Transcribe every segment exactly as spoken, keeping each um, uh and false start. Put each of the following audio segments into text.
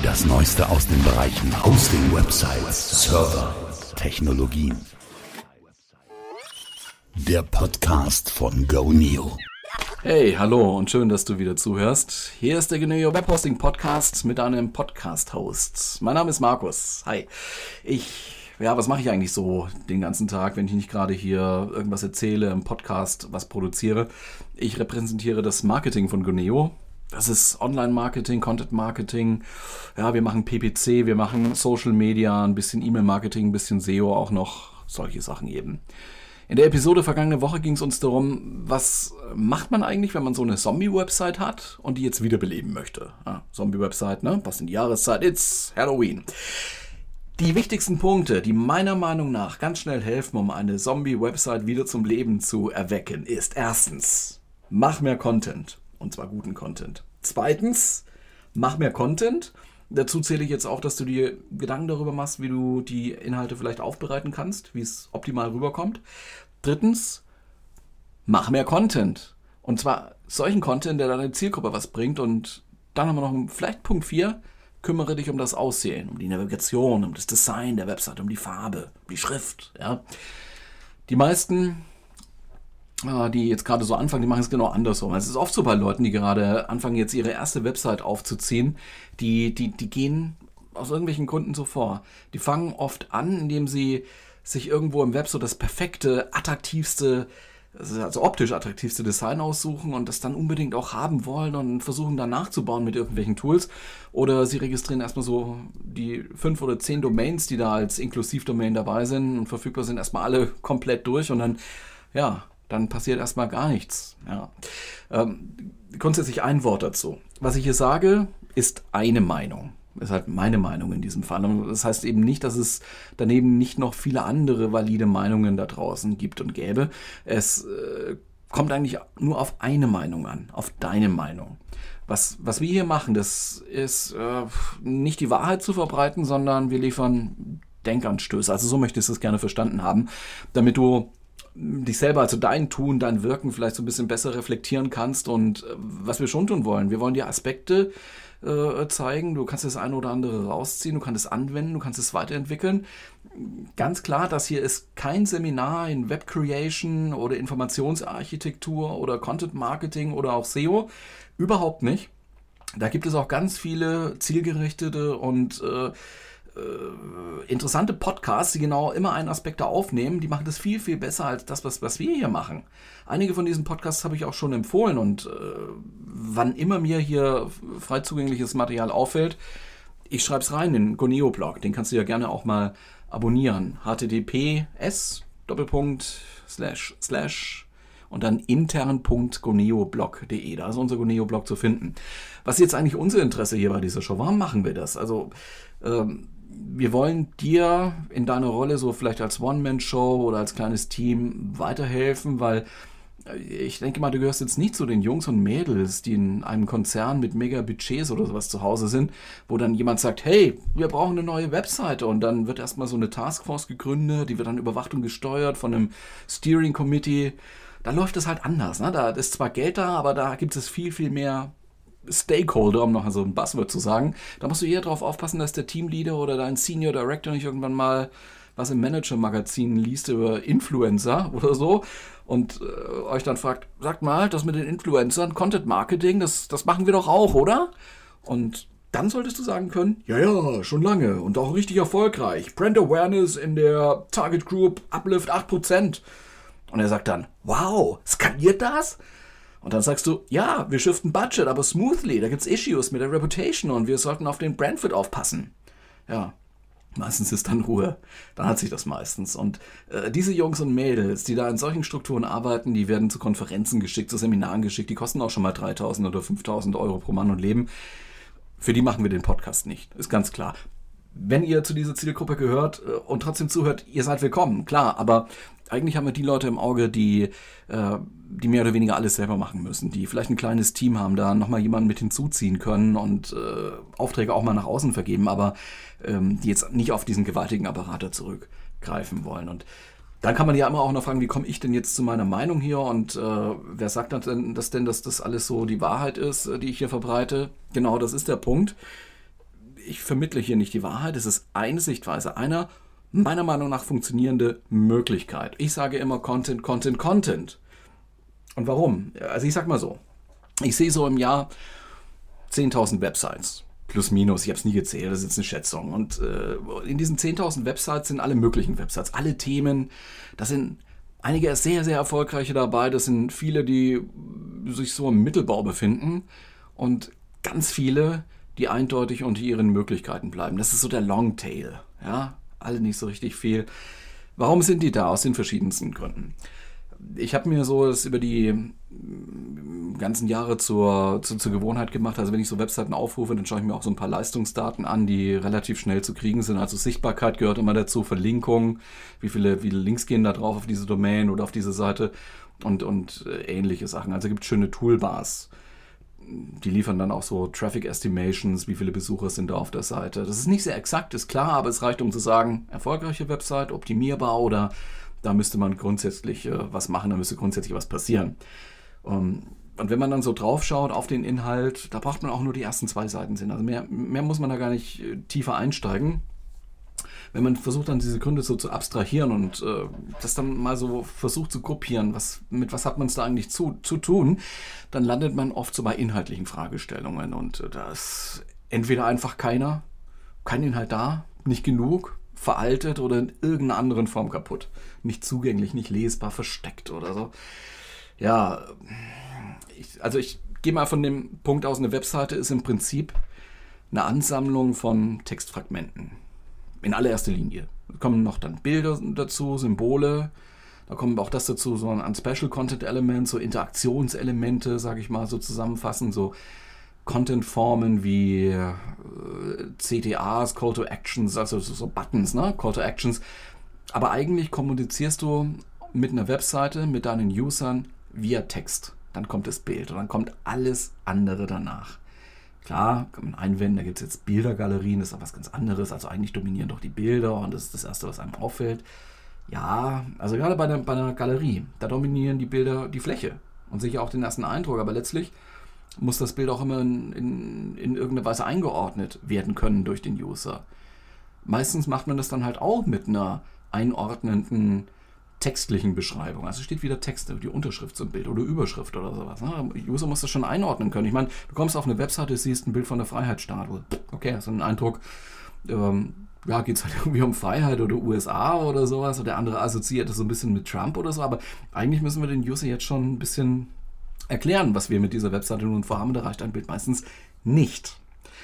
Das Neueste aus den Bereichen Hosting, Websites, Server, Technologien. Der Podcast von GoNeo. Hey, hallo und schön, dass du wieder zuhörst. Hier ist der GoNeo Webhosting Podcast mit einem Podcast-Host. Mein Name ist Markus. Hi. Ich, ja, was mache ich eigentlich so den ganzen Tag, wenn ich nicht gerade hier irgendwas erzähle, im Podcast was produziere? Ich repräsentiere das Marketing von GoNeo. Das ist Online-Marketing, Content-Marketing. Ja, wir machen P P C, wir machen Social Media, ein bisschen E-Mail-Marketing, ein bisschen S E O auch noch, solche Sachen eben. In der Episode vergangene Woche ging es uns darum, was macht man eigentlich, wenn man so eine Zombie-Website hat und die jetzt wiederbeleben möchte. Ja, Zombie-Website, ne? Was in die Jahreszeit? It's Halloween. Die wichtigsten Punkte, die meiner Meinung nach ganz schnell helfen, um eine Zombie-Website wieder zum Leben zu erwecken, ist erstens, mach mehr Content. Und zwar guten Content. Zweitens, mach mehr Content. Dazu zähle ich jetzt auch, dass du dir Gedanken darüber machst, wie du die Inhalte vielleicht aufbereiten kannst, wie es optimal rüberkommt. Drittens, mach mehr Content. Und zwar solchen Content, der deiner Zielgruppe was bringt. Und dann haben wir noch vielleicht Punkt vier, kümmere dich um das Aussehen, um die Navigation, um das Design der Website, um die Farbe, die Schrift. Ja. Die meisten, die jetzt gerade so anfangen, die machen es genau andersrum. Es ist oft so bei Leuten, die gerade anfangen, jetzt ihre erste Website aufzuziehen, die, die, die gehen aus irgendwelchen Gründen so vor. Die fangen oft an, indem sie sich irgendwo im Web so das perfekte, attraktivste, also optisch attraktivste Design aussuchen und das dann unbedingt auch haben wollen und versuchen dann nachzubauen mit irgendwelchen Tools. Oder sie registrieren erstmal so die fünf oder zehn Domains, die da als Inklusivdomain dabei sind und verfügbar sind, erstmal alle komplett durch und dann, ja, dann passiert erstmal gar nichts. Ja. Ähm, grundsätzlich ein Wort dazu. Was ich hier sage, ist eine Meinung. Ist halt meine Meinung in diesem Fall. Und das heißt eben nicht, dass es daneben nicht noch viele andere valide Meinungen da draußen gibt und gäbe. Es äh, kommt eigentlich nur auf eine Meinung an, auf deine Meinung. Was, was wir hier machen, das ist äh, nicht die Wahrheit zu verbreiten, sondern wir liefern Denkanstöße. Also so möchte ich es gerne verstanden haben, damit du dich selber, also dein Tun, dein Wirken vielleicht so ein bisschen besser reflektieren kannst und äh, was wir schon tun wollen. Wir wollen dir Aspekte äh, zeigen, du kannst das eine oder andere rausziehen, du kannst es anwenden, du kannst es weiterentwickeln. Ganz klar, das hier ist kein Seminar in Web Creation oder Informationsarchitektur oder Content Marketing oder auch S E O, überhaupt nicht. Da gibt es auch ganz viele zielgerichtete und äh, interessante Podcasts, die genau immer einen Aspekt da aufnehmen, die machen das viel, viel besser als das, was, was wir hier machen. Einige von diesen Podcasts habe ich auch schon empfohlen und äh, wann immer mir hier frei zugängliches Material auffällt, ich schreibe es rein in den GoNeo-Blog, den kannst du ja gerne auch mal abonnieren. H T T P S Doppelpunkt slash slash und dann intern punkt goneoblog punkt de. Da ist unser GoNeo-Blog zu finden. Was ist jetzt eigentlich unser Interesse hier bei dieser Show? Warum machen wir das? Also ähm, wir wollen dir in deiner Rolle so vielleicht als One-Man-Show oder als kleines Team weiterhelfen, weil ich denke mal, du gehörst jetzt nicht zu den Jungs und Mädels, die in einem Konzern mit mega Budgets oder sowas zu Hause sind, wo dann jemand sagt, hey, wir brauchen eine neue Webseite und dann wird erstmal so eine Taskforce gegründet, die wird dann überwacht und gesteuert von einem Steering Committee. Da läuft es halt anders. Ne? Da ist zwar Geld da, aber da gibt es viel, viel mehr Stakeholder, um noch so ein Buzzword zu sagen. Da musst du eher darauf aufpassen, dass der Teamleader oder dein Senior Director nicht irgendwann mal was im Manager-Magazin liest über Influencer oder so und äh, euch dann fragt, sagt mal, das mit den Influencern, Content Marketing, das, das machen wir doch auch, oder? Und dann solltest du sagen können, ja, ja, schon lange und auch richtig erfolgreich. Brand Awareness in der Target Group, Uplift acht Prozent. Und er sagt dann, wow, skaliert das? Und dann sagst du, ja, wir shiften Budget, aber smoothly, da gibt's Issues mit der Reputation und wir sollten auf den Brandfit aufpassen. Ja, meistens ist dann Ruhe, dann hat sich das meistens. Und äh, diese Jungs und Mädels, die da in solchen Strukturen arbeiten, die werden zu Konferenzen geschickt, zu Seminaren geschickt, die kosten auch schon mal dreitausend oder fünftausend Euro pro Mann und Leben. Für die machen wir den Podcast nicht, ist ganz klar. Wenn ihr zu dieser Zielgruppe gehört äh, und trotzdem zuhört, ihr seid willkommen, klar, aber eigentlich haben wir die Leute im Auge, die, äh, die mehr oder weniger alles selber machen müssen, die vielleicht ein kleines Team haben, da nochmal jemanden mit hinzuziehen können und äh, Aufträge auch mal nach außen vergeben, aber ähm, die jetzt nicht auf diesen gewaltigen Apparat da zurückgreifen wollen. Und dann kann man ja immer auch noch fragen, wie komme ich denn jetzt zu meiner Meinung hier und äh, wer sagt denn, dass denn, dass das alles so die Wahrheit ist, die ich hier verbreite? Genau, das ist der Punkt. ich vermittle hier nicht die Wahrheit, es ist eine Sichtweise, einer meiner Meinung nach funktionierende Möglichkeit. Ich sage immer Content, Content, Content. Und warum? Also ich sag mal so, ich sehe so im Jahr zehntausend Websites. Plus, minus, ich habe es nie gezählt, das ist jetzt eine Schätzung. Und äh, in diesen zehntausend Websites sind alle möglichen Websites, alle Themen. Da sind einige sehr, sehr erfolgreiche dabei. Das sind viele, die sich so im Mittelbau befinden. Und ganz viele, die eindeutig unter ihren Möglichkeiten bleiben. Das ist so der Longtail. Ja, alle nicht so richtig viel. Warum sind die da? Aus den verschiedensten Gründen. Ich habe mir so das über die ganzen Jahre zur, zur, zur Gewohnheit gemacht. Also wenn ich so Webseiten aufrufe, dann schaue ich mir auch so ein paar Leistungsdaten an, die relativ schnell zu kriegen sind. Also Sichtbarkeit gehört immer dazu, Verlinkung, wie viele, wie viele Links gehen da drauf auf diese Domain oder auf diese Seite und, und ähnliche Sachen. Also es gibt schöne Toolbars. Die liefern dann auch so Traffic Estimations, wie viele Besucher sind da auf der Seite. Das ist nicht sehr exakt, ist klar, aber es reicht, um zu sagen, erfolgreiche Website, optimierbar oder da müsste man grundsätzlich äh, was machen, da müsste grundsätzlich was passieren. Um, und wenn man dann so drauf schaut auf den Inhalt, da braucht man auch nur die ersten zwei Seiten sind. Also mehr, mehr muss man da gar nicht äh, tiefer einsteigen. Wenn man versucht dann diese Gründe so zu abstrahieren und äh, das dann mal so versucht zu gruppieren, was, mit was hat man es da eigentlich zu, zu tun, dann landet man oft so bei inhaltlichen Fragestellungen und äh, da ist entweder einfach keiner, kein Inhalt da, nicht genug, veraltet oder in irgendeiner anderen Form kaputt. Nicht zugänglich, nicht lesbar, versteckt oder so. Ja, ich, also ich gehe mal von dem Punkt aus, eine Webseite ist im Prinzip eine Ansammlung von Textfragmenten. In allererster Linie. Da kommen noch dann Bilder dazu, Symbole, da kommen auch das dazu, so ein Special Content Element, so Interaktionselemente, sage ich mal, so zusammenfassen, so Content-Formen wie äh, C T As, Call to Actions, also so, so Buttons, ne? Call to Actions. Aber eigentlich kommunizierst du mit einer Webseite, mit deinen Usern via Text. Dann kommt das Bild und dann kommt alles andere danach. Klar, kann man einwenden, da gibt es jetzt Bildergalerien, das ist aber was ganz anderes. Also eigentlich dominieren doch die Bilder und das ist das Erste, was einem auffällt. Ja, also gerade bei einer, bei einer Galerie, da dominieren die Bilder die Fläche und sicher auch den ersten Eindruck. Aber letztlich muss das Bild auch immer in, in, in irgendeiner Weise eingeordnet werden können durch den User. Meistens macht man das dann halt auch mit einer einordnenden textlichen Beschreibung. Also steht wieder Text, die Unterschrift zum Bild oder Überschrift oder sowas. Der User muss das schon einordnen können. Ich meine, du kommst auf eine Webseite, siehst ein Bild von der Freiheitsstatue. Okay, hast du einen Eindruck, ähm, ja, geht es halt irgendwie um Freiheit oder U S A oder sowas. Und der andere assoziiert das so ein bisschen mit Trump oder so. Aber eigentlich müssen wir den User jetzt schon ein bisschen erklären, was wir mit dieser Webseite nun vorhaben. Da reicht ein Bild meistens nicht.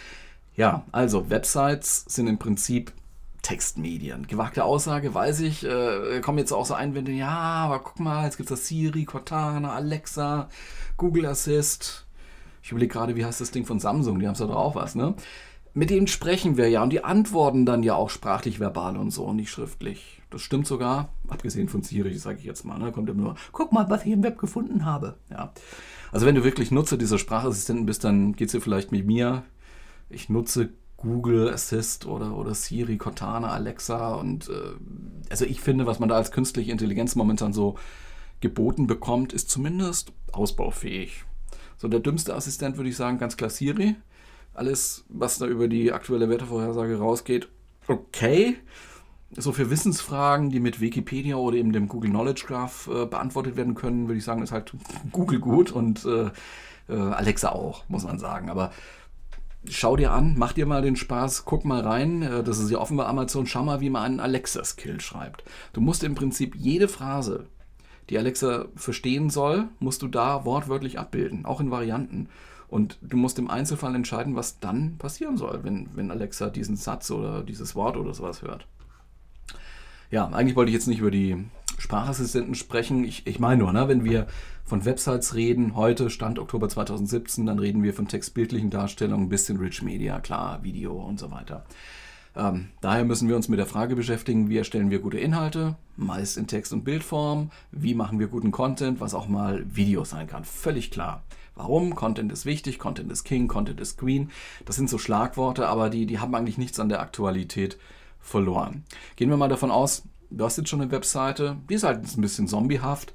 Ja, also Websites sind im Prinzip Textmedien. Gewagte Aussage, weiß ich, äh, kommen jetzt auch so Einwände, ja, aber guck mal, jetzt gibt es das Siri, Cortana, Alexa, Google Assist. Ich überlege gerade, wie heißt das Ding von Samsung, die haben es da drauf was, ne? Mit denen sprechen wir ja und die antworten dann ja auch sprachlich, verbal und so und nicht schriftlich. Das stimmt sogar, abgesehen von Siri, sage ich jetzt mal, ne? Kommt immer nur, guck mal, was ich im Web gefunden habe. Ja. Also wenn du wirklich Nutzer dieser Sprachassistenten bist, dann geht es dir vielleicht mit mir. Ich nutze Google Assist oder, oder Siri, Cortana, Alexa und äh, also ich finde, was man da als künstliche Intelligenz momentan so geboten bekommt, ist zumindest ausbaufähig. So der dümmste Assistent würde ich sagen, ganz klar Siri. Alles, was da über die aktuelle Wettervorhersage rausgeht, okay. So für Wissensfragen, die mit Wikipedia oder eben dem Google Knowledge Graph äh, beantwortet werden können, würde ich sagen, ist halt Google gut und äh, äh, Alexa auch, muss man sagen. Aber schau dir an, mach dir mal den Spaß, guck mal rein, das ist ja offenbar Amazon, schau mal, wie man einen Alexa-Skill schreibt. Du musst im Prinzip jede Phrase, die Alexa verstehen soll, musst du da wortwörtlich abbilden, auch in Varianten. Und du musst im Einzelfall entscheiden, was dann passieren soll, wenn, wenn Alexa diesen Satz oder dieses Wort oder sowas hört. Ja, eigentlich wollte ich jetzt nicht über die Sprachassistenten sprechen. Ich, ich meine nur, ne, wenn wir von Websites reden, heute, Stand Oktober zweitausendsiebzehn, dann reden wir von textbildlichen Darstellungen, ein bisschen Rich Media, klar, Video und so weiter. Ähm, daher müssen wir uns mit der Frage beschäftigen, wie erstellen wir gute Inhalte, meist in Text- und Bildform, wie machen wir guten Content, was auch mal Video sein kann, völlig klar. Warum? Content ist wichtig, Content ist King, Content ist Queen, das sind so Schlagworte, aber die, die haben eigentlich nichts an der Aktualität verloren. Gehen wir mal davon aus, du hast jetzt schon eine Webseite, die ist halt ein bisschen zombiehaft.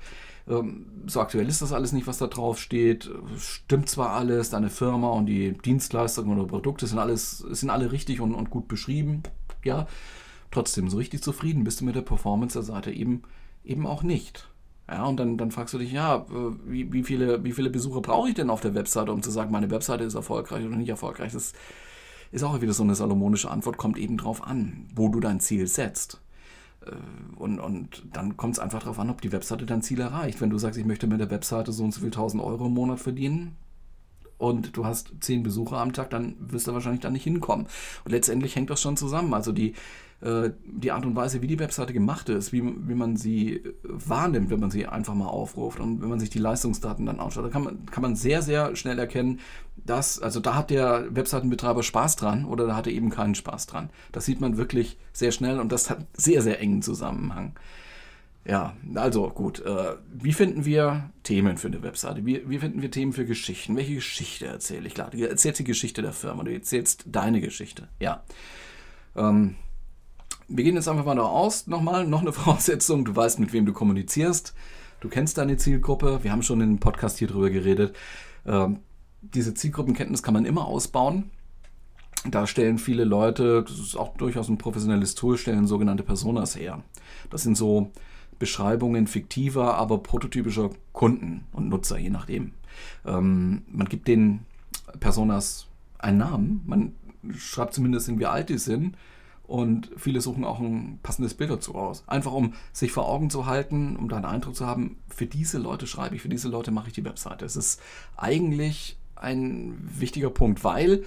ähm, so aktuell ist das alles nicht, was da drauf steht. Stimmt zwar alles, deine Firma und die Dienstleistungen oder Produkte sind alles, sind alle richtig und, und gut beschrieben, ja. Trotzdem, so richtig zufrieden bist du mit der Performance der Seite eben, eben auch nicht. Ja, und dann, dann fragst du dich, ja, wie, wie, viele, wie viele Besucher brauche ich denn auf der Webseite, um zu sagen, meine Webseite ist erfolgreich oder nicht erfolgreich? Das ist auch wieder so eine salomonische Antwort, kommt eben drauf an, wo du dein Ziel setzt. Und, und dann kommt es einfach darauf an, ob die Webseite dein Ziel erreicht. Wenn du sagst, ich möchte mit der Webseite so und so viel tausend Euro im Monat verdienen und du hast zehn Besucher am Tag, dann wirst du wahrscheinlich da nicht hinkommen. Und letztendlich hängt das schon zusammen. Also die, äh, die Art und Weise, wie die Webseite gemacht ist, wie, wie man sie wahrnimmt, wenn man sie einfach mal aufruft und wenn man sich die Leistungsdaten dann anschaut, da kann man, kann man sehr, sehr schnell erkennen, dass, also da hat der Webseitenbetreiber Spaß dran oder da hat er eben keinen Spaß dran. Das sieht man wirklich sehr schnell und das hat sehr, sehr engen Zusammenhang. Ja, also gut. Äh, wie finden wir Themen für eine Webseite? Wie, wie finden wir Themen für Geschichten? Welche Geschichte erzähle ich? Klar, du erzählst die Geschichte der Firma, du erzählst deine Geschichte. Ja. Ähm, wir gehen jetzt einfach mal da aus. Nochmal, noch eine Voraussetzung. Du weißt, mit wem du kommunizierst. Du kennst deine Zielgruppe. Wir haben schon in dem Podcast hier drüber geredet. Ähm, diese Zielgruppenkenntnis kann man immer ausbauen. Da stellen viele Leute, das ist auch durchaus ein professionelles Tool, stellen sogenannte Personas her. Das sind so Beschreibungen fiktiver, aber prototypischer Kunden und Nutzer, je nachdem. Ähm, man gibt den Personas einen Namen, man schreibt zumindest hin, wie alt die sind und viele suchen auch ein passendes Bild dazu aus. Einfach um sich vor Augen zu halten, um da einen Eindruck zu haben, für diese Leute schreibe ich, für diese Leute mache ich die Webseite. Es ist eigentlich ein wichtiger Punkt, weil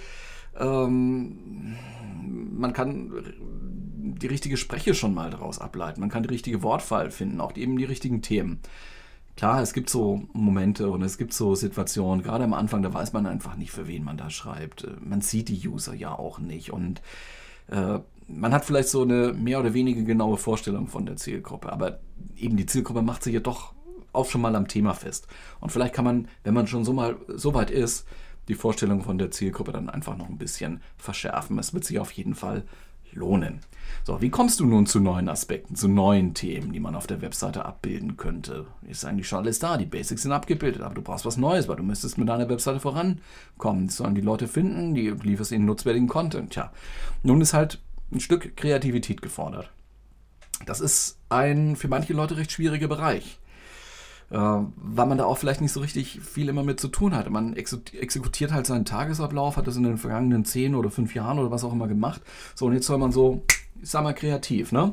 ähm, man kann die richtige Spreche schon mal daraus ableiten. Man kann die richtige Wortwahl finden, auch eben die richtigen Themen. Klar, es gibt so Momente und es gibt so Situationen, gerade am Anfang, da weiß man einfach nicht, für wen man da schreibt. Man sieht die User ja auch nicht und äh, man hat vielleicht so eine mehr oder weniger genaue Vorstellung von der Zielgruppe, aber eben die Zielgruppe macht sich ja doch auch schon mal am Thema fest. Und vielleicht kann man, wenn man schon so mal so weit ist, die Vorstellung von der Zielgruppe dann einfach noch ein bisschen verschärfen. Es wird sich auf jeden Fall lohnen. So, wie kommst du nun zu neuen Aspekten, zu neuen Themen, die man auf der Webseite abbilden könnte? Ist eigentlich schon alles da, die Basics sind abgebildet, aber du brauchst was Neues, weil du müsstest mit deiner Webseite vorankommen. Das sollen die Leute finden, die lieferst ihnen nutzwertigen Content. Tja, nun ist halt ein Stück Kreativität gefordert. Das ist ein für manche Leute recht schwieriger Bereich. Äh, weil man da auch vielleicht nicht so richtig viel immer mit zu tun hat. Man exekutiert halt seinen Tagesablauf, hat das in den vergangenen zehn oder fünf Jahren oder was auch immer gemacht. So, und jetzt soll man so, ich sag mal, kreativ, ne?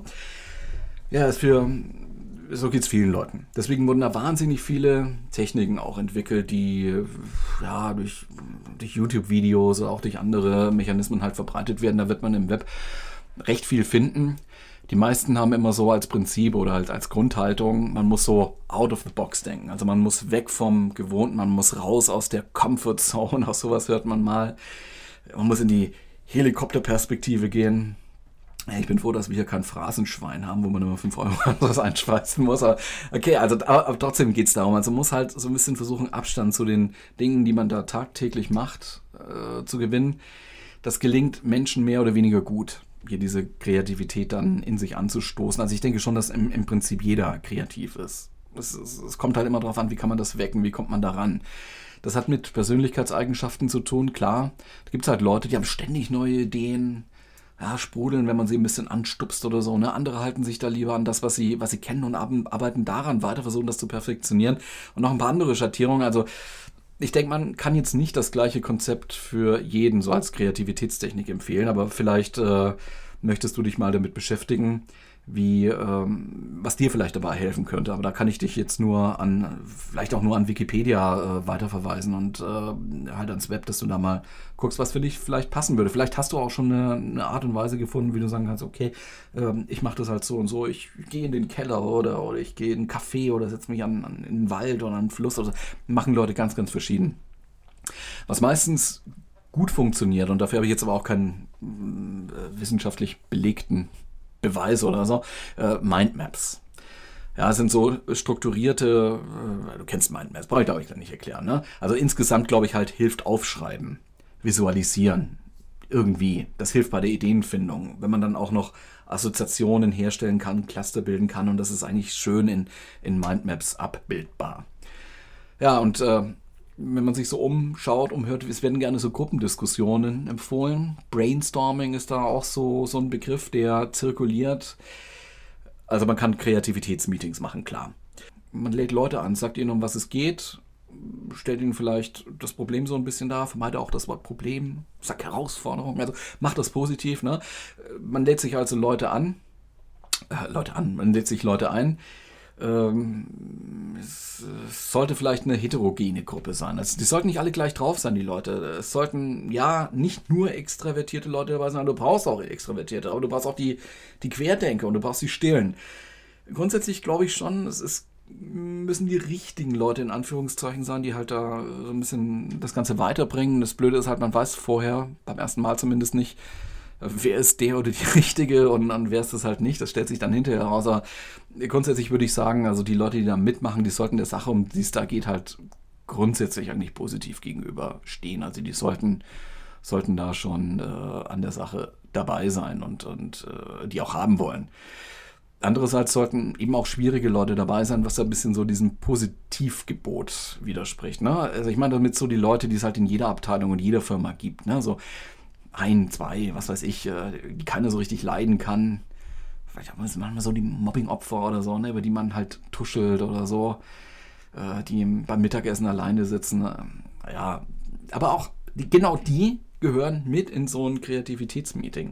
Ja, ist für, so geht's vielen Leuten. Deswegen wurden da wahnsinnig viele Techniken auch entwickelt, die ja durch, durch YouTube-Videos oder auch durch andere Mechanismen halt verbreitet werden. Da wird man im Web recht viel finden. Die meisten haben immer so als Prinzip oder halt als Grundhaltung, man muss so out of the box denken. Also man muss weg vom Gewohnten, man muss raus aus der Comfort Zone, auch sowas hört man mal. Man muss in die Helikopterperspektive gehen. Ich bin froh, dass wir hier kein Phrasenschwein haben, wo man immer fünf Euro was einschweißen muss. Aber okay, also aber, aber trotzdem geht es darum. Also man muss halt so ein bisschen versuchen, Abstand zu den Dingen, die man da tagtäglich macht, äh, zu gewinnen. Das gelingt Menschen mehr oder weniger gut, hier diese Kreativität dann in sich anzustoßen. Also ich denke schon, dass im, im Prinzip jeder kreativ ist. Es, es, es kommt halt immer darauf an, wie kann man das wecken, wie kommt man da ran. Das hat mit Persönlichkeitseigenschaften zu tun, klar. Da gibt es halt Leute, die haben ständig neue Ideen, ja, sprudeln, wenn man sie ein bisschen anstupst oder so. Ne? Andere halten sich da lieber an das, was sie, was sie kennen und arbeiten daran weiter, versuchen das zu perfektionieren. Und noch ein paar andere Schattierungen. Also ich denke, man kann jetzt nicht das gleiche Konzept für jeden so als Kreativitätstechnik empfehlen, aber vielleicht äh, möchtest du dich mal damit beschäftigen, wie, ähm, was dir vielleicht dabei helfen könnte. Aber da kann ich dich jetzt nur an, vielleicht auch nur an Wikipedia äh, weiterverweisen und äh, halt ans Web, dass du da mal guckst, was für dich vielleicht passen würde. Vielleicht hast du auch schon eine, eine Art und Weise gefunden, wie du sagen kannst, okay, ähm, ich mache das halt so und so, ich gehe in den Keller oder, oder ich gehe in einen Café oder setze mich an, an in den Wald oder an den Fluss oder so. Machen Leute ganz, ganz verschieden. Was meistens gut funktioniert, und dafür habe ich jetzt aber auch keinen äh, wissenschaftlich belegten Beweis oder so, äh, Mindmaps. Ja, sind so strukturierte, äh, du kennst Mindmaps, brauche ich glaube ich nicht erklären. Ne? Also insgesamt glaube ich halt hilft aufschreiben, visualisieren. irgendwie. Das hilft bei der Ideenfindung, wenn man dann auch noch Assoziationen herstellen kann, Cluster bilden kann und das ist eigentlich schön in, in Mindmaps abbildbar. Ja, und äh, wenn man sich so umschaut, umhört, es werden gerne so Gruppendiskussionen empfohlen. Brainstorming ist da auch so, so ein Begriff, der zirkuliert. Also man kann Kreativitätsmeetings machen, klar. Man lädt Leute an, sagt ihnen, um was es geht, stellt ihnen vielleicht das Problem so ein bisschen dar, vermeidet auch das Wort Problem, sagt Herausforderung, also macht das positiv. Ne? Man lädt sich also Leute an, äh, Leute an, man lädt sich Leute ein. Ähm, es, es sollte vielleicht eine heterogene Gruppe sein. Also die sollten nicht alle gleich drauf sein, die Leute. Es sollten ja nicht nur extravertierte Leute dabei sein, du brauchst auch extravertierte, aber du brauchst auch die, die Querdenker und du brauchst die Stillen. Grundsätzlich glaube ich schon, es ist müssen die richtigen Leute in Anführungszeichen sein, die halt da so ein bisschen das Ganze weiterbringen. Das Blöde ist halt, man weiß vorher, beim ersten Mal zumindest nicht, wer ist der oder die Richtige und, und wer ist das halt nicht. Das stellt sich dann hinterher heraus. Aber grundsätzlich würde ich sagen, also die Leute, die da mitmachen, die sollten der Sache, um die es da geht, halt grundsätzlich eigentlich positiv gegenüberstehen. Also die sollten, sollten da schon äh, an der Sache dabei sein und, und äh, die auch haben wollen. Andererseits sollten eben auch schwierige Leute dabei sein, was da ein bisschen so diesem Positivgebot widerspricht. Ne? Also ich meine damit so die Leute, die es halt in jeder Abteilung und jeder Firma gibt. Ne? So ein, zwei, was weiß ich, die keiner so richtig leiden kann. Vielleicht haben wir manchmal so die Mobbing-Opfer oder so, ne? Über die man halt tuschelt oder so, die beim Mittagessen alleine sitzen. Ja, aber auch die, genau die gehören mit in so ein Kreativitätsmeeting.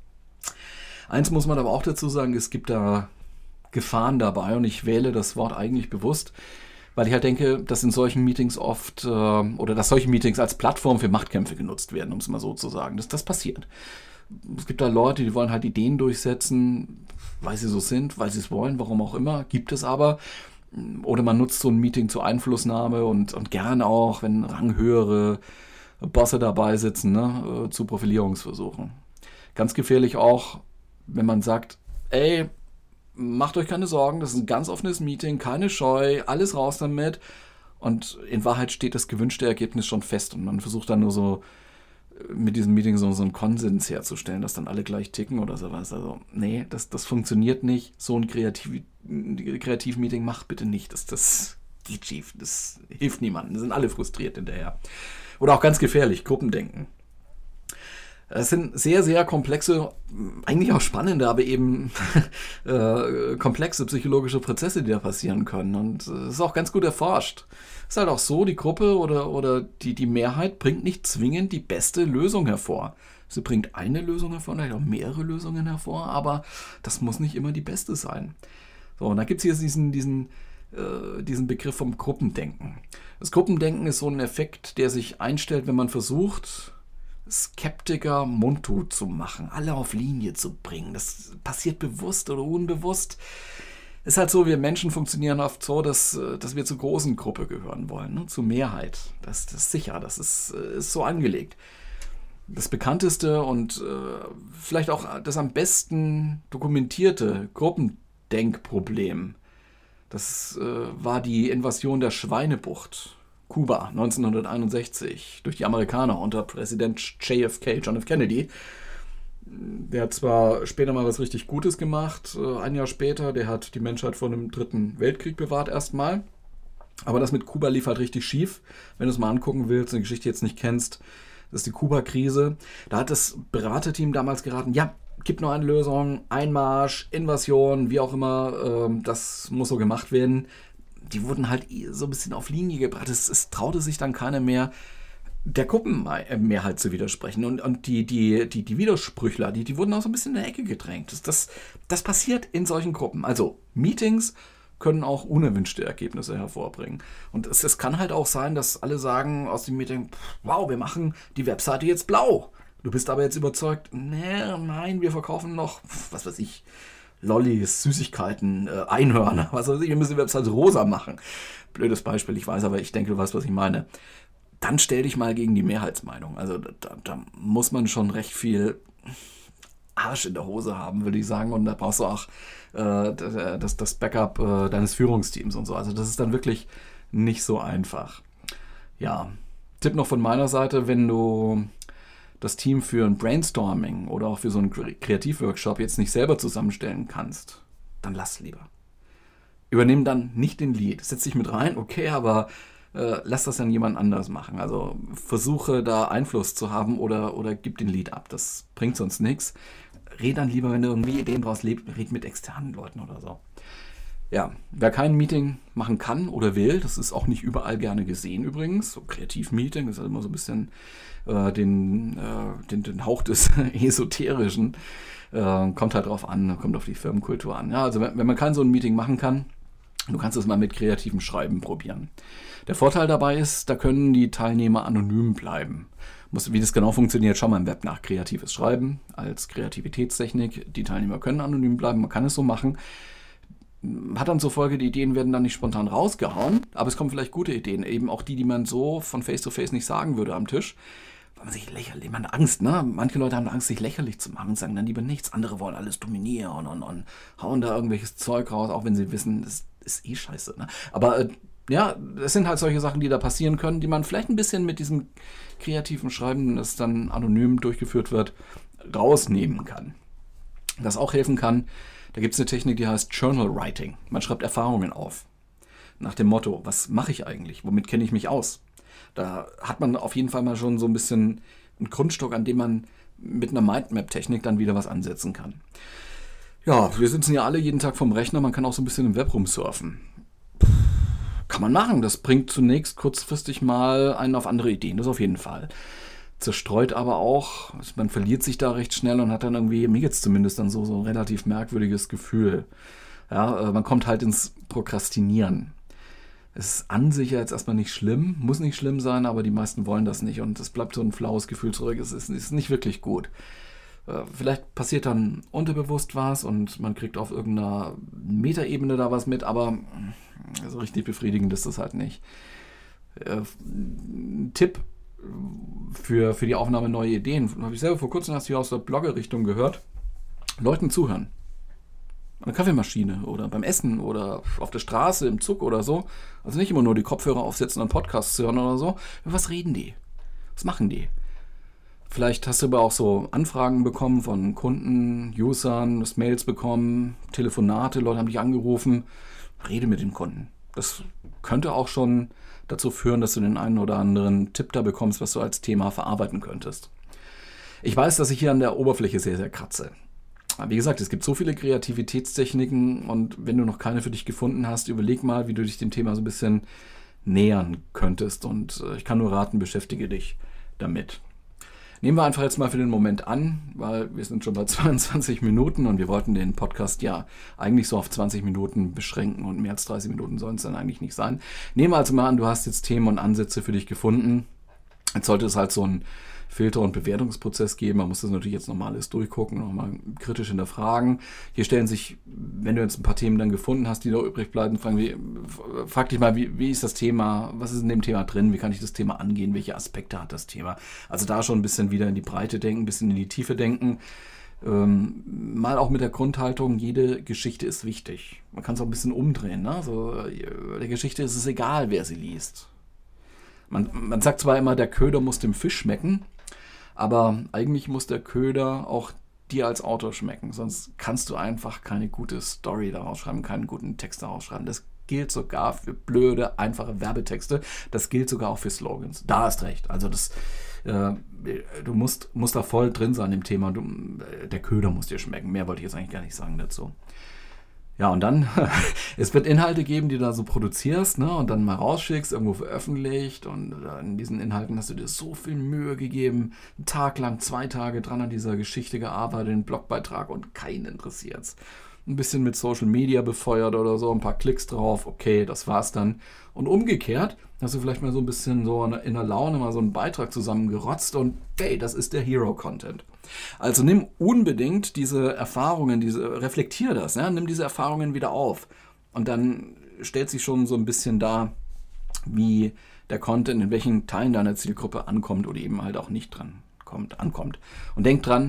Eins muss man aber auch dazu sagen, es gibt da Gefahren dabei und ich wähle das Wort eigentlich bewusst, weil ich halt denke, dass in solchen Meetings oft äh, oder dass solche Meetings als Plattform für Machtkämpfe genutzt werden, um es mal so zu sagen. Das, das passiert. Es gibt da Leute, die wollen halt Ideen durchsetzen, weil sie so sind, weil sie es wollen, warum auch immer, gibt es aber. Oder man nutzt so ein Meeting zur Einflussnahme und, und gern auch, wenn ranghöhere Bosse dabei sitzen, ne, zu Profilierungsversuchen. Ganz gefährlich auch, wenn man sagt, ey, macht euch keine Sorgen, das ist ein ganz offenes Meeting, keine Scheu, alles raus damit. Und in Wahrheit steht das gewünschte Ergebnis schon fest und man versucht dann nur so mit diesem Meeting so, so einen Konsens herzustellen, dass dann alle gleich ticken oder sowas. Also nee, das, das funktioniert nicht. So ein Kreativ- Kreativmeeting macht bitte nicht. Das, das geht schief, das hilft niemandem. Da sind alle frustriert hinterher. Oder auch ganz gefährlich, Gruppendenken. Es sind sehr, sehr komplexe, eigentlich auch spannende, aber eben äh, komplexe psychologische Prozesse, die da passieren können. Und es ist auch ganz gut erforscht. Es ist halt auch so, die Gruppe oder, oder die, die Mehrheit bringt nicht zwingend die beste Lösung hervor. Sie bringt eine Lösung hervor, vielleicht auch mehrere Lösungen hervor, aber das muss nicht immer die beste sein. So, und da gibt es hier diesen, diesen, äh, diesen Begriff vom Gruppendenken. Das Gruppendenken ist so ein Effekt, der sich einstellt, wenn man versucht, Skeptiker mundtot zu machen, alle auf Linie zu bringen. Das passiert bewusst oder unbewusst. Ist halt so, wir Menschen funktionieren oft so, dass, dass wir zur großen Gruppe gehören wollen, ne? Zur Mehrheit. Das, das ist sicher, das ist, ist so angelegt. Das bekannteste und äh, vielleicht auch das am besten dokumentierte Gruppendenkproblem, das äh, war die Invasion der Schweinebucht. Kuba neunzehnhunderteinundsechzig durch die Amerikaner unter Präsident J F K, John F. Kennedy. Der hat zwar später mal was richtig Gutes gemacht, ein Jahr später, der hat die Menschheit vor einem dritten Weltkrieg bewahrt erstmal, aber das mit Kuba lief halt richtig schief. Wenn du es mal angucken willst, eine Geschichte jetzt nicht kennst, das ist die Kuba-Krise. Da hat das Beraterteam damals geraten, ja, gibt nur eine Lösung, Einmarsch, Invasion, wie auch immer, das muss so gemacht werden. Die wurden halt so ein bisschen auf Linie gebracht. Es, es traute sich dann keiner mehr, der Gruppenmehrheit zu widersprechen. Und, und die, die, die, die Widersprüchler, die, die wurden auch so ein bisschen in der Ecke gedrängt. Das, das, das passiert in solchen Gruppen. Also Meetings können auch unerwünschte Ergebnisse hervorbringen. Und es, es kann halt auch sein, dass alle sagen aus dem Meeting, wow, wir machen die Webseite jetzt blau. Du bist aber jetzt überzeugt, nee, nein, wir verkaufen noch, was weiß ich, Lollis, Süßigkeiten, äh, Einhörner, was weiß ich, wir müssen die Website rosa machen. Blödes Beispiel, ich weiß, aber ich denke, du weißt, was ich meine. Dann stell dich mal gegen die Mehrheitsmeinung. Also da, da muss man schon recht viel Arsch in der Hose haben, würde ich sagen. Und da brauchst du auch äh, das, das Backup äh, deines Führungsteams und so. Also das ist dann wirklich nicht so einfach. Ja, Tipp noch von meiner Seite, wenn du das Team für ein Brainstorming oder auch für so einen Kreativworkshop jetzt nicht selber zusammenstellen kannst, dann lass lieber. Übernimm dann nicht den Lead. Setz dich mit rein, okay, aber äh, lass das dann jemand anders machen. Also versuche da Einfluss zu haben oder, oder gib den Lead ab. Das bringt sonst nichts. Red dann lieber, wenn du irgendwie Ideen brauchst, red mit externen Leuten oder so. Ja, wer kein Meeting machen kann oder will, das ist auch nicht überall gerne gesehen übrigens. So Kreativ-Meeting ist halt immer so ein bisschen äh, den, äh, den, den Hauch des Esoterischen. Äh, kommt halt drauf an, kommt auf die Firmenkultur an. Ja, also wenn, wenn man kein so ein Meeting machen kann, du kannst es mal mit kreativem Schreiben probieren. Der Vorteil dabei ist, da können die Teilnehmer anonym bleiben. Muss, wie das genau funktioniert, schau mal im Web nach. Kreatives Schreiben als Kreativitätstechnik. Die Teilnehmer können anonym bleiben, man kann es so machen. Hat dann zur Folge, die Ideen werden dann nicht spontan rausgehauen, aber es kommen vielleicht gute Ideen, eben auch die, die man so von Face-to-Face nicht sagen würde am Tisch, weil man sich lächerlich, man hat Angst, ne? Manche Leute haben Angst, sich lächerlich zu machen und sagen dann lieber nichts, andere wollen alles dominieren und, und hauen da irgendwelches Zeug raus, auch wenn sie wissen, das ist eh scheiße, ne? Aber äh, ja, es sind halt solche Sachen, die da passieren können, die man vielleicht ein bisschen mit diesem kreativen Schreiben, das dann anonym durchgeführt wird, rausnehmen kann. Das auch helfen kann, da gibt es eine Technik, die heißt Journal Writing. Man schreibt Erfahrungen auf. Nach dem Motto, was mache ich eigentlich? Womit kenne ich mich aus? Da hat man auf jeden Fall mal schon so ein bisschen einen Grundstock, an dem man mit einer Mindmap-Technik dann wieder was ansetzen kann. Ja, wir sitzen ja alle jeden Tag vorm Rechner. Man kann auch so ein bisschen im Web rumsurfen. Kann man machen. Das bringt zunächst kurzfristig mal einen auf andere Ideen. Das auf jeden Fall. Zerstreut aber auch, man verliert sich da recht schnell und hat dann irgendwie, mir jetzt zumindest dann so, so ein relativ merkwürdiges Gefühl. Ja, man kommt halt ins Prokrastinieren. Es ist an sich jetzt erstmal nicht schlimm, muss nicht schlimm sein, aber die meisten wollen das nicht und es bleibt so ein flaues Gefühl zurück. Es ist, ist nicht wirklich gut. Vielleicht passiert dann unterbewusst was und man kriegt auf irgendeiner Metaebene da was mit, aber so richtig befriedigend ist das halt nicht. Ein Tipp für, für die Aufnahme neuer Ideen, habe ich selber vor kurzem erst hier aus der Blogger-Richtung gehört, Leuten zuhören. An der Kaffeemaschine oder beim Essen oder auf der Straße, im Zug oder so. Also nicht immer nur die Kopfhörer aufsetzen und Podcasts hören oder so. Was reden die? Was machen die? Vielleicht hast du aber auch so Anfragen bekommen von Kunden, Usern, hast Mails bekommen, Telefonate, Leute haben dich angerufen. Rede mit den Kunden. Das könnte auch schon dazu führen, dass du den einen oder anderen Tipp da bekommst, was du als Thema verarbeiten könntest. Ich weiß, dass ich hier an der Oberfläche sehr, sehr kratze. Wie gesagt, es gibt so viele Kreativitätstechniken und wenn du noch keine für dich gefunden hast, überleg mal, wie du dich dem Thema so ein bisschen nähern könntest. Und ich kann nur raten, beschäftige dich damit. Nehmen wir einfach jetzt mal für den Moment an, weil wir sind schon bei zweiundzwanzig Minuten und wir wollten den Podcast ja eigentlich so auf zwanzig Minuten beschränken und mehr als dreißig Minuten sollen es dann eigentlich nicht sein. Nehmen wir also mal an, du hast jetzt Themen und Ansätze für dich gefunden. Jetzt sollte es halt so ein Filter- und Bewertungsprozess geben. Man muss das natürlich jetzt nochmal alles durchgucken, nochmal kritisch hinterfragen. Hier stellen sich, wenn du jetzt ein paar Themen dann gefunden hast, die da übrig bleiben, fragen wir, frag dich mal, wie, wie ist das Thema, was ist in dem Thema drin, wie kann ich das Thema angehen, welche Aspekte hat das Thema. Also da schon ein bisschen wieder in die Breite denken, ein bisschen in die Tiefe denken. Ähm, mal auch mit der Grundhaltung, jede Geschichte ist wichtig. Man kann es auch ein bisschen umdrehen. Ne? Also, der Geschichte ist es egal, wer sie liest. Man, man sagt zwar immer, der Köder muss dem Fisch schmecken, aber eigentlich muss der Köder auch dir als Autor schmecken. Sonst kannst du einfach keine gute Story daraus schreiben, keinen guten Text daraus schreiben. Das gilt sogar für blöde, einfache Werbetexte. Das gilt sogar auch für Slogans. Da hast recht. Also das, äh, du musst, musst da voll drin sein im Thema. Du, der Köder muss dir schmecken. Mehr wollte ich jetzt eigentlich gar nicht sagen dazu. Ja, und dann, es wird Inhalte geben, die du da so produzierst, ne, und dann mal rausschickst, irgendwo veröffentlicht und in diesen Inhalten hast du dir so viel Mühe gegeben, einen Tag lang, zwei Tage dran an dieser Geschichte gearbeitet, einen Blogbeitrag und keinen interessiert's. Ein bisschen mit Social Media befeuert oder so, ein paar Klicks drauf, okay, das war's dann. Und umgekehrt hast du vielleicht mal so ein bisschen so in der Laune mal so einen Beitrag zusammengerotzt und hey, das ist der Hero-Content. Also nimm unbedingt diese Erfahrungen, diese, reflektier das, ne? Nimm diese Erfahrungen wieder auf und dann stellt sich schon so ein bisschen dar, wie der Content in welchen Teilen deiner Zielgruppe ankommt oder eben halt auch nicht dran kommt, ankommt. Und denk dran,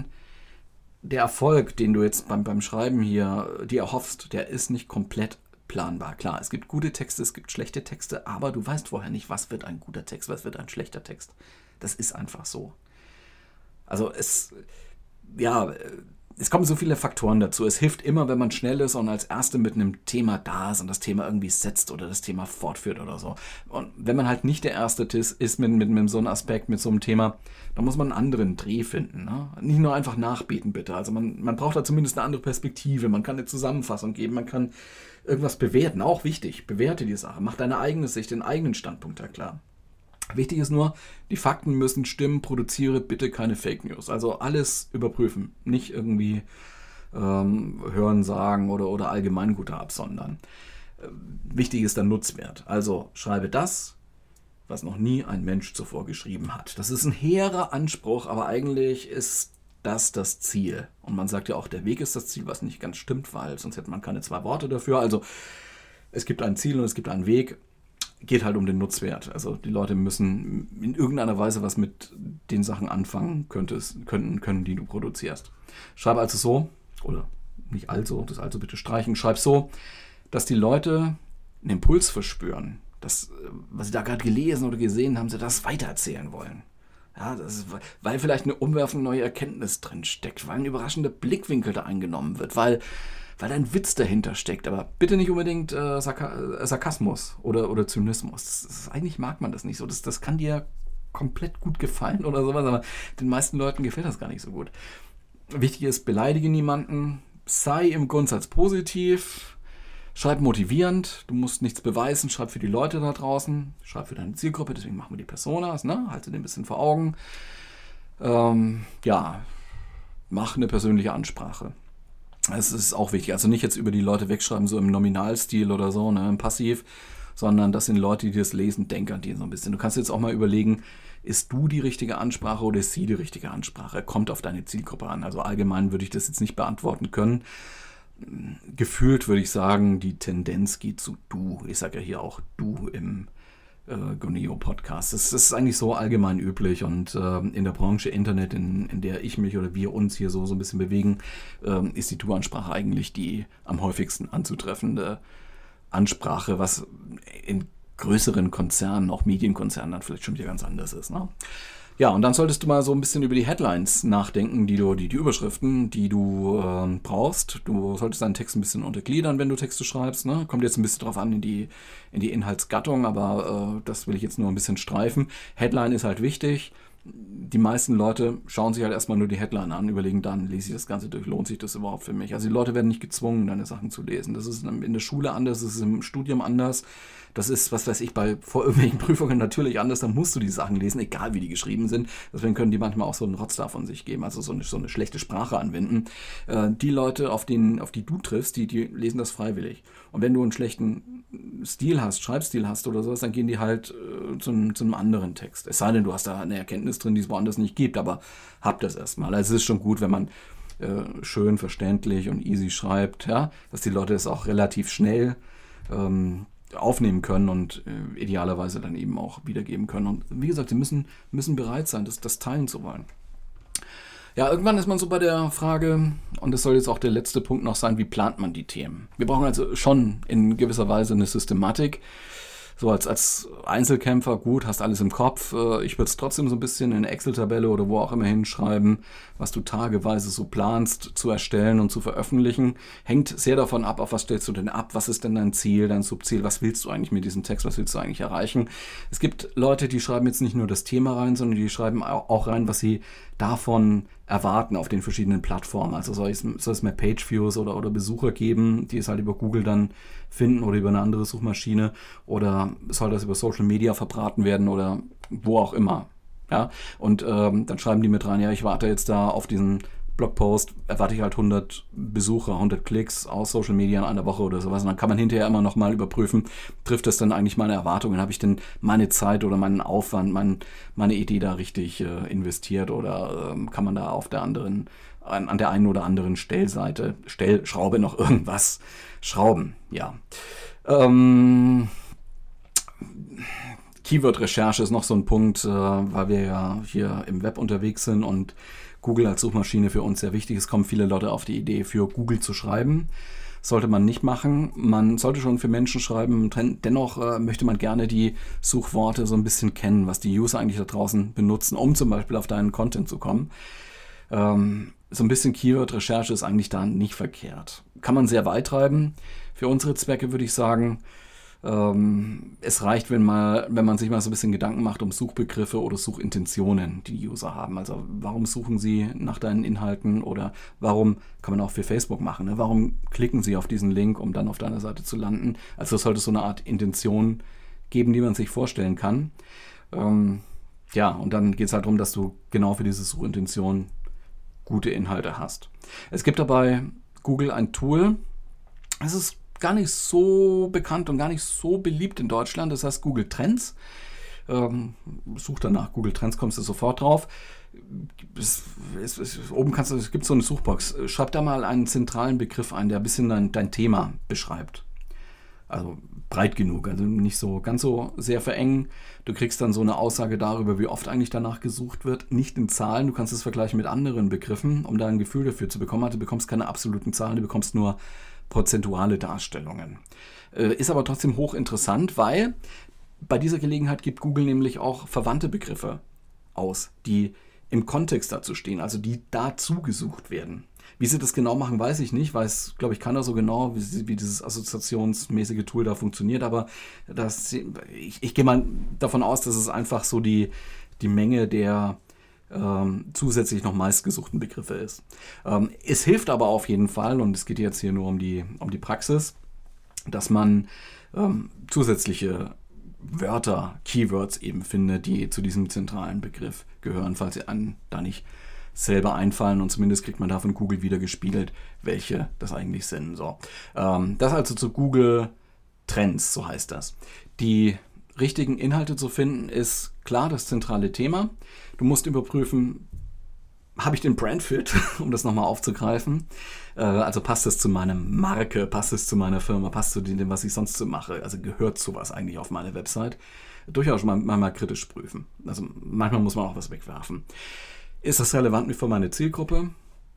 der Erfolg, den du jetzt beim, beim Schreiben hier dir erhoffst, der ist nicht komplett planbar. Klar, es gibt gute Texte, es gibt schlechte Texte, aber du weißt vorher nicht, was wird ein guter Text, was wird ein schlechter Text. Das ist einfach so. Also es, ja, es kommen so viele Faktoren dazu. Es hilft immer, wenn man schnell ist und als Erste mit einem Thema da ist und das Thema irgendwie setzt oder das Thema fortführt oder so. Und wenn man halt nicht der Erste ist, ist mit, mit, mit so einem Aspekt, mit so einem Thema, dann muss man einen anderen Dreh finden. Ne? Nicht nur einfach nachbeten, bitte. Also man, man braucht da zumindest eine andere Perspektive. Man kann eine Zusammenfassung geben, man kann irgendwas bewerten. Auch wichtig, bewerte die Sache. Mach deine eigene Sicht, den eigenen Standpunkt da klar. Wichtig ist nur, die Fakten müssen stimmen, produziere bitte keine Fake News. Also alles überprüfen, nicht irgendwie ähm, hören, sagen oder, oder Allgemeingute absondern. Äh, wichtig ist der Nutzwert. Also schreibe das, was noch nie ein Mensch zuvor geschrieben hat. Das ist ein hehrer Anspruch, aber eigentlich ist das das Ziel. Und man sagt ja auch, der Weg ist das Ziel, was nicht ganz stimmt, weil sonst hätte man keine zwei Worte dafür. Also es gibt ein Ziel und es gibt einen Weg. Geht halt um den Nutzwert. Also die Leute müssen in irgendeiner Weise was mit den Sachen anfangen könntest, können, können, die du produzierst. Schreib also so, oder nicht also, das also bitte streichen, schreib so, dass die Leute einen Impuls verspüren, dass, was sie da gerade gelesen oder gesehen haben, sie das weitererzählen wollen. Ja, das ist, weil vielleicht eine umwerfende neue Erkenntnis drin steckt, weil ein überraschender Blickwinkel da eingenommen wird, weil weil ein Witz dahinter steckt, aber bitte nicht unbedingt äh, Sarka- äh, Sarkasmus oder, oder Zynismus. Das, das, eigentlich mag man das nicht so. Das, das kann dir komplett gut gefallen oder sowas, aber den meisten Leuten gefällt das gar nicht so gut. Wichtig ist, beleidige niemanden, sei im Grundsatz positiv, schreib motivierend, du musst nichts beweisen, schreib für die Leute da draußen, schreib für deine Zielgruppe, deswegen machen wir die Personas, ne? Halte dir ein bisschen vor Augen. Ähm, ja, mach eine persönliche Ansprache. Es ist auch wichtig, also nicht jetzt über die Leute wegschreiben, so im Nominalstil oder so, ne, im Passiv, sondern das sind Leute, die das lesen, denken an die so ein bisschen. Du kannst jetzt auch mal überlegen, ist du die richtige Ansprache oder ist sie die richtige Ansprache? Kommt auf deine Zielgruppe an. Also allgemein würde ich das jetzt nicht beantworten können. Gefühlt würde ich sagen, die Tendenz geht zu du. Ich sage ja hier auch du im äh, Goneo-Podcast. Das, das ist eigentlich so allgemein üblich und äh, in der Branche Internet, in, in der ich mich oder wir uns hier so, so ein bisschen bewegen, äh, ist die Du-Ansprache eigentlich die am häufigsten anzutreffende Ansprache, was in größeren Konzernen, auch Medienkonzernen, dann vielleicht schon wieder ganz anders ist. Ne? Ja, und dann solltest du mal so ein bisschen über die Headlines nachdenken, die du, die, die Überschriften, die du äh, brauchst. Du solltest deinen Text ein bisschen untergliedern, wenn du Texte schreibst. Ne? Kommt jetzt ein bisschen drauf an in die, in die Inhaltsgattung, aber äh, das will ich jetzt nur ein bisschen streifen. Headline ist halt wichtig. Die meisten Leute schauen sich halt erstmal nur die Headline an, überlegen dann, lese ich das Ganze durch, lohnt sich das überhaupt für mich? Also die Leute werden nicht gezwungen, deine Sachen zu lesen. Das ist in der Schule anders, das ist im Studium anders. Das ist, was weiß ich, bei vor irgendwelchen Prüfungen natürlich anders, da musst du die Sachen lesen, egal wie die geschrieben sind. Deswegen können die manchmal auch so einen Rotz da von sich geben, also so eine, so eine schlechte Sprache anwenden. Äh, die Leute, auf, den, auf die du triffst, die, die lesen das freiwillig. Und wenn du einen schlechten Stil hast, Schreibstil hast oder sowas, dann gehen die halt äh, zu, zu einem anderen Text. Es sei denn, du hast da eine Erkenntnis drin, die es woanders nicht gibt, aber hab das erstmal. Also es ist schon gut, wenn man äh, schön, verständlich und easy schreibt, ja, dass die Leute es auch relativ schnell ähm, aufnehmen können und äh, idealerweise dann eben auch wiedergeben können. Und wie gesagt, sie müssen, müssen bereit sein, das, das teilen zu wollen. Ja, irgendwann ist man so bei der Frage, und das soll jetzt auch der letzte Punkt noch sein, wie plant man die Themen? Wir brauchen also schon in gewisser Weise eine Systematik. So als, als Einzelkämpfer, gut, hast alles im Kopf. Ich würde es trotzdem so ein bisschen in eine Excel-Tabelle oder wo auch immer hinschreiben, was du tageweise so planst zu erstellen und zu veröffentlichen. Hängt sehr davon ab, auf was stellst du denn ab, was ist denn dein Ziel, dein Subziel, was willst du eigentlich mit diesem Text, was willst du eigentlich erreichen. Es gibt Leute, die schreiben jetzt nicht nur das Thema rein, sondern die schreiben auch rein, was sie davon erwarten auf den verschiedenen Plattformen. Also soll es, soll es mehr Page-Views oder, oder Besucher geben, die es halt über Google dann finden oder über eine andere Suchmaschine, oder soll das über Social Media verbraten werden oder wo auch immer. Ja? Und ähm, dann schreiben die mit rein, ja, ich warte jetzt da auf diesen Blogpost, erwarte ich halt hundert Besucher, hundert Klicks aus Social Media in einer Woche oder sowas. Und dann kann man hinterher immer noch mal überprüfen, trifft das dann eigentlich meine Erwartungen? Habe ich denn meine Zeit oder meinen Aufwand, mein, meine Idee da richtig äh, investiert, oder ähm, kann man da auf der anderen, an, an der einen oder anderen Stellseite, Stellschraube noch irgendwas schrauben? Ja. Ähm, Keyword-Recherche ist noch so ein Punkt, äh, weil wir ja hier im Web unterwegs sind und Google als Suchmaschine für uns sehr wichtig ist, kommen viele Leute auf die Idee, für Google zu schreiben. sollte man nicht machen. Man sollte schon für Menschen schreiben. Dennoch äh, möchte man gerne die Suchworte so ein bisschen kennen, was die User eigentlich da draußen benutzen, um zum Beispiel auf deinen Content zu kommen. Ähm, so ein bisschen Keyword-Recherche ist eigentlich da nicht verkehrt. Kann man sehr weit treiben. Für unsere Zwecke würde ich sagen, ähm, es reicht, wenn, mal, wenn man sich mal so ein bisschen Gedanken macht um Suchbegriffe oder Suchintentionen, die die User haben. Also warum suchen sie nach deinen Inhalten oder warum, kann man auch für Facebook machen, ne? Warum klicken sie auf diesen Link, um dann auf deiner Seite zu landen? Also es sollte so eine Art Intention geben, die man sich vorstellen kann. Ähm, ja, und dann geht es halt darum, dass du genau für diese Suchintention gute Inhalte hast. Es gibt dabei Google ein Tool, es ist gar nicht so bekannt und gar nicht so beliebt in Deutschland. Das heißt Google Trends. Ähm, such danach Google Trends, kommst du sofort drauf. Es, es, es, oben kannst du, es gibt so eine Suchbox. Schreib da mal einen zentralen Begriff ein, der ein bisschen dein, dein Thema beschreibt. Also breit genug, also nicht so ganz so sehr verengen. Du kriegst dann so eine Aussage darüber, wie oft eigentlich danach gesucht wird. Nicht in Zahlen, du kannst es vergleichen mit anderen Begriffen, um da ein Gefühl dafür zu bekommen. Du bekommst keine absoluten Zahlen, du bekommst nur prozentuale Darstellungen. Äh, ist aber trotzdem hochinteressant, weil bei dieser Gelegenheit gibt Google nämlich auch verwandte Begriffe aus, die im Kontext dazu stehen, also die dazu gesucht werden. Wie sie das genau machen, weiß ich nicht, weiß, glaube ich, keiner so genau, wie, wie dieses assoziationsmäßige Tool da funktioniert, aber das, ich, ich gehe mal davon aus, dass es einfach so die, die Menge der ähm, zusätzlich noch meistgesuchten Begriffe ist. Ähm, es hilft aber auf jeden Fall, und es geht jetzt hier nur um die, um die Praxis, dass man ähm, zusätzliche Wörter, Keywords eben findet, die zu diesem zentralen Begriff gehören, falls sie einem da nicht selber einfallen, und zumindest kriegt man da von Google wieder gespiegelt, welche das eigentlich sind. So. Ähm, das also zu Google Trends, so heißt das. Die richtigen Inhalte zu finden, ist klar das zentrale Thema. Du musst überprüfen, habe ich den Brandfit, um das nochmal aufzugreifen. Äh, also passt es zu meiner Marke, passt es zu meiner Firma, passt zu dem, was ich sonst so mache. Also gehört sowas eigentlich auf meine Website. Durchaus mal, mal, mal kritisch prüfen. Also manchmal muss man auch was wegwerfen. Ist das relevant für meine Zielgruppe?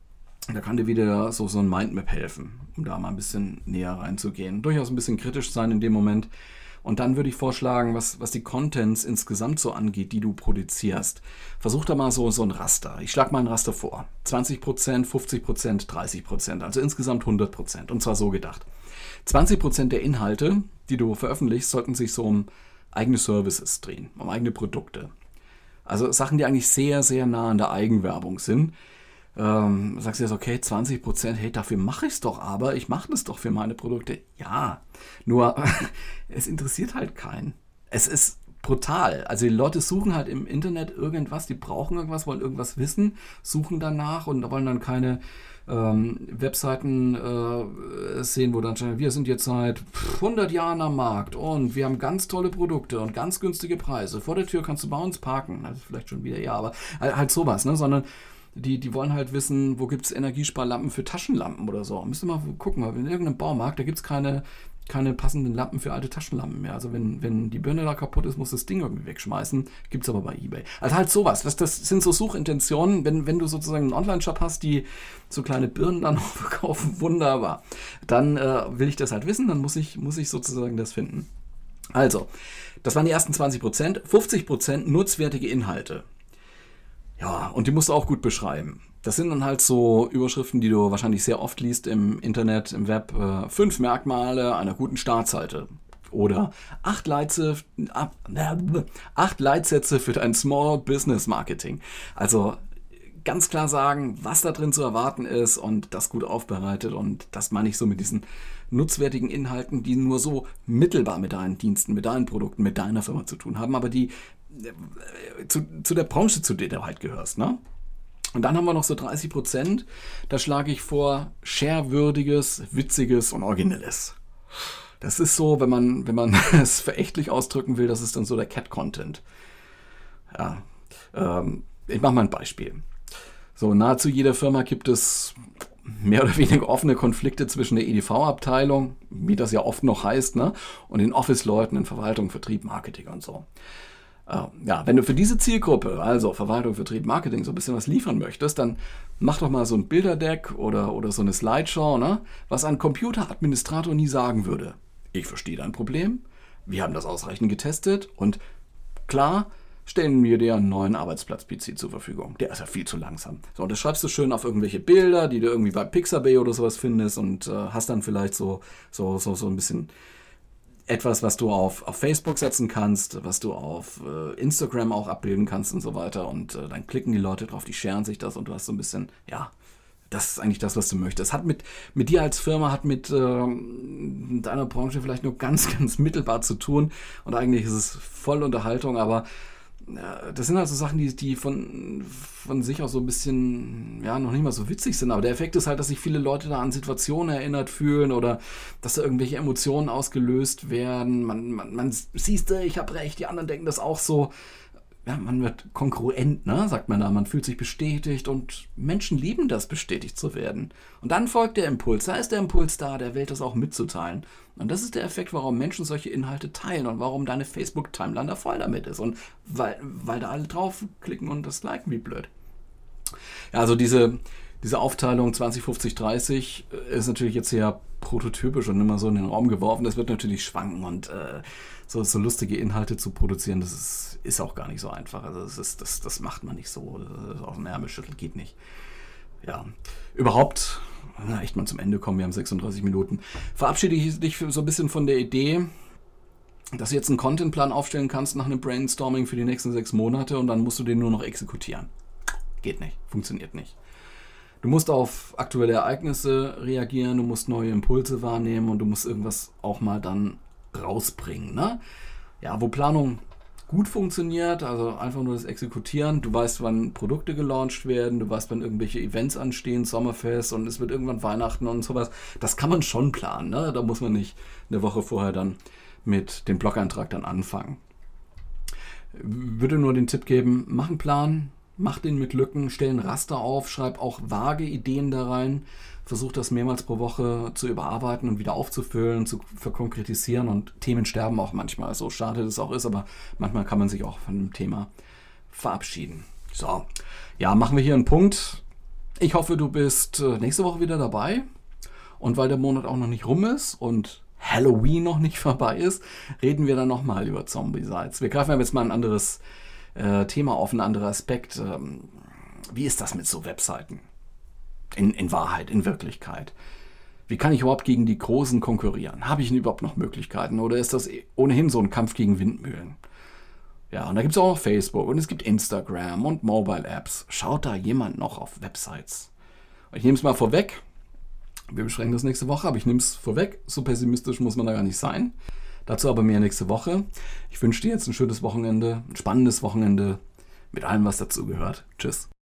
Da kann dir wieder so, so ein Mindmap helfen, um da mal ein bisschen näher reinzugehen. Durchaus ein bisschen kritisch sein in dem Moment. Und dann würde ich vorschlagen, was, was die Contents insgesamt so angeht, die du produzierst. Versuch da mal so, so ein Raster. Ich schlage mal ein Raster vor. zwanzig Prozent, fünfzig Prozent, dreißig Prozent. Also insgesamt hundert Prozent. Und zwar so gedacht. zwanzig Prozent der Inhalte, die du veröffentlichst, sollten sich so um eigene Services drehen, um eigene Produkte. Also Sachen, die eigentlich sehr, sehr nah an der Eigenwerbung sind. Ähm, sagst du jetzt, okay, zwanzig Prozent, hey, dafür mache ich es doch, aber ich mache das doch für meine Produkte. Ja, nur es interessiert halt keinen. Es ist brutal. Also die Leute suchen halt im Internet irgendwas, die brauchen irgendwas, wollen irgendwas wissen, suchen danach und wollen dann keine ähm, Webseiten äh, sehen, wo dann steht, wir sind jetzt seit hundert Jahren am Markt und wir haben ganz tolle Produkte und ganz günstige Preise. Vor der Tür kannst du bei uns parken. Also vielleicht schon wieder, ja, aber halt, halt sowas, ne? Sondern Die, die wollen halt wissen, wo gibt es Energiesparlampen für Taschenlampen oder so. Müsst ihr mal gucken, in irgendeinem Baumarkt, da gibt es keine, keine passenden Lampen für alte Taschenlampen mehr. Also wenn, wenn die Birne da kaputt ist, muss das Ding irgendwie wegschmeißen. Gibt es aber bei eBay. Also halt sowas. Das, das sind so Suchintentionen. Wenn, wenn du sozusagen einen Online-Shop hast, die so kleine Birnen dann noch verkaufen, wunderbar. Dann äh, will ich das halt wissen, dann muss ich, muss ich sozusagen das finden. Also, das waren die ersten zwanzig Prozent. fünfzig Prozent nutzwertige Inhalte. Ja, und die musst du auch gut beschreiben. Das sind dann halt so Überschriften, die du wahrscheinlich sehr oft liest im Internet, im Web. Äh, fünf Merkmale einer guten Startseite. Oder acht, Leitze, acht Leitsätze für dein Small Business Marketing. Also ganz klar sagen, was da drin zu erwarten ist und das gut aufbereitet. Und das meine ich so mit diesen nutzwertigen Inhalten, die nur so mittelbar mit deinen Diensten, mit deinen Produkten, mit deiner Firma zu tun haben, aber die Zu, zu der Branche, zu der du halt gehörst, ne? Und dann haben wir noch so dreißig Prozent, da schlage ich vor, sharewürdiges, witziges und originelles. Das ist so, wenn man, wenn man es verächtlich ausdrücken will, das ist dann so der Cat-Content. Ja, ähm, ich mache mal ein Beispiel. So, nahezu jeder Firma gibt es mehr oder weniger offene Konflikte zwischen der E D V-Abteilung, wie das ja oft noch heißt, ne? Und den Office-Leuten in Verwaltung, Vertrieb, Marketing und so. Ja, wenn du für diese Zielgruppe, also Verwaltung, Vertrieb, Marketing, so ein bisschen was liefern möchtest, dann mach doch mal so ein Bilderdeck oder, oder so eine Slideshow, ne? Was ein Computeradministrator nie sagen würde. Ich verstehe dein Problem, wir haben das ausreichend getestet und klar, stellen wir dir einen neuen Arbeitsplatz-P C zur Verfügung. Der ist ja viel zu langsam. So, und das schreibst du schön auf irgendwelche Bilder, die du irgendwie bei Pixabay oder sowas findest und äh, hast dann vielleicht so, so, so, so ein bisschen etwas, was du auf, auf Facebook setzen kannst, was du auf äh, Instagram auch abbilden kannst und so weiter. Und äh, dann klicken die Leute drauf, die sharen sich das und du hast so ein bisschen, ja, das ist eigentlich das, was du möchtest. Hat mit, mit dir als Firma, hat mit äh, deiner Branche vielleicht nur ganz, ganz mittelbar zu tun. Und eigentlich ist es voll Unterhaltung, aber das sind also Sachen, die, die von, von sich auch so ein bisschen, ja, noch nicht mal so witzig sind. Aber der Effekt ist halt, dass sich viele Leute da an Situationen erinnert fühlen oder dass da irgendwelche Emotionen ausgelöst werden. Man, man, man siehst du, ich habe recht, die anderen denken das auch so. Ja, man wird kongruent, ne, sagt man da. Man fühlt sich bestätigt und Menschen lieben das, bestätigt zu werden. Und dann folgt der Impuls. Da ist der Impuls da, der Welt das auch mitzuteilen. Und das ist der Effekt, warum Menschen solche Inhalte teilen und warum deine Facebook-Timeline da voll damit ist. Und weil, weil da alle draufklicken und das liken wie blöd. Ja, also diese, diese Aufteilung zwanzig, fünfzig, dreißig ist natürlich jetzt sehr prototypisch und immer so in den Raum geworfen. Das wird natürlich schwanken und äh, so, so lustige Inhalte zu produzieren, das ist, ist auch gar nicht so einfach. Also das, ist, das, das macht man nicht so. Aus dem Ärmel schütteln geht nicht. Ja, überhaupt, na, echt mal zum Ende kommen, wir haben sechsunddreißig Minuten. Verabschiede ich dich so ein bisschen von der Idee, dass du jetzt einen Contentplan aufstellen kannst nach einem Brainstorming für die nächsten sechs Monate und dann musst du den nur noch exekutieren. Geht nicht, funktioniert nicht. Du musst auf aktuelle Ereignisse reagieren, du musst neue Impulse wahrnehmen und du musst irgendwas auch mal dann rausbringen. Ne? Ja, wo Planung gut funktioniert, also einfach nur das Exekutieren. Du weißt, wann Produkte gelauncht werden, du weißt, wann irgendwelche Events anstehen, Sommerfest und es wird irgendwann Weihnachten und sowas. Das kann man schon planen. Ne? Da muss man nicht eine Woche vorher dann mit dem Blog-Eintrag dann anfangen. Würde nur den Tipp geben, mach einen Plan, mach den mit Lücken, stell ein Raster auf, schreib auch vage Ideen da rein, versuch das mehrmals pro Woche zu überarbeiten und wieder aufzufüllen, zu verkonkretisieren und Themen sterben auch manchmal, so schade das auch ist, aber manchmal kann man sich auch von dem Thema verabschieden. So, ja, machen wir hier einen Punkt. Ich hoffe, du bist nächste Woche wieder dabei und weil der Monat auch noch nicht rum ist und Halloween noch nicht vorbei ist, reden wir dann nochmal über Zombie-Sites. Wir greifen jetzt mal ein anderes äh, Thema auf, ein anderer Aspekt. Ähm, wie ist das mit so Webseiten? In, in Wahrheit, in Wirklichkeit. Wie kann ich überhaupt gegen die Großen konkurrieren? Habe ich denn überhaupt noch Möglichkeiten? Oder ist das ohnehin so ein Kampf gegen Windmühlen? Ja, und da gibt es auch noch Facebook und es gibt Instagram und Mobile-Apps. Schaut da jemand noch auf Websites? Ich nehme es mal vorweg. Wir besprechen das nächste Woche, aber ich nehme es vorweg. So pessimistisch muss man da gar nicht sein. Dazu aber mehr nächste Woche. Ich wünsche dir jetzt ein schönes Wochenende, ein spannendes Wochenende mit allem, was dazu gehört. Tschüss.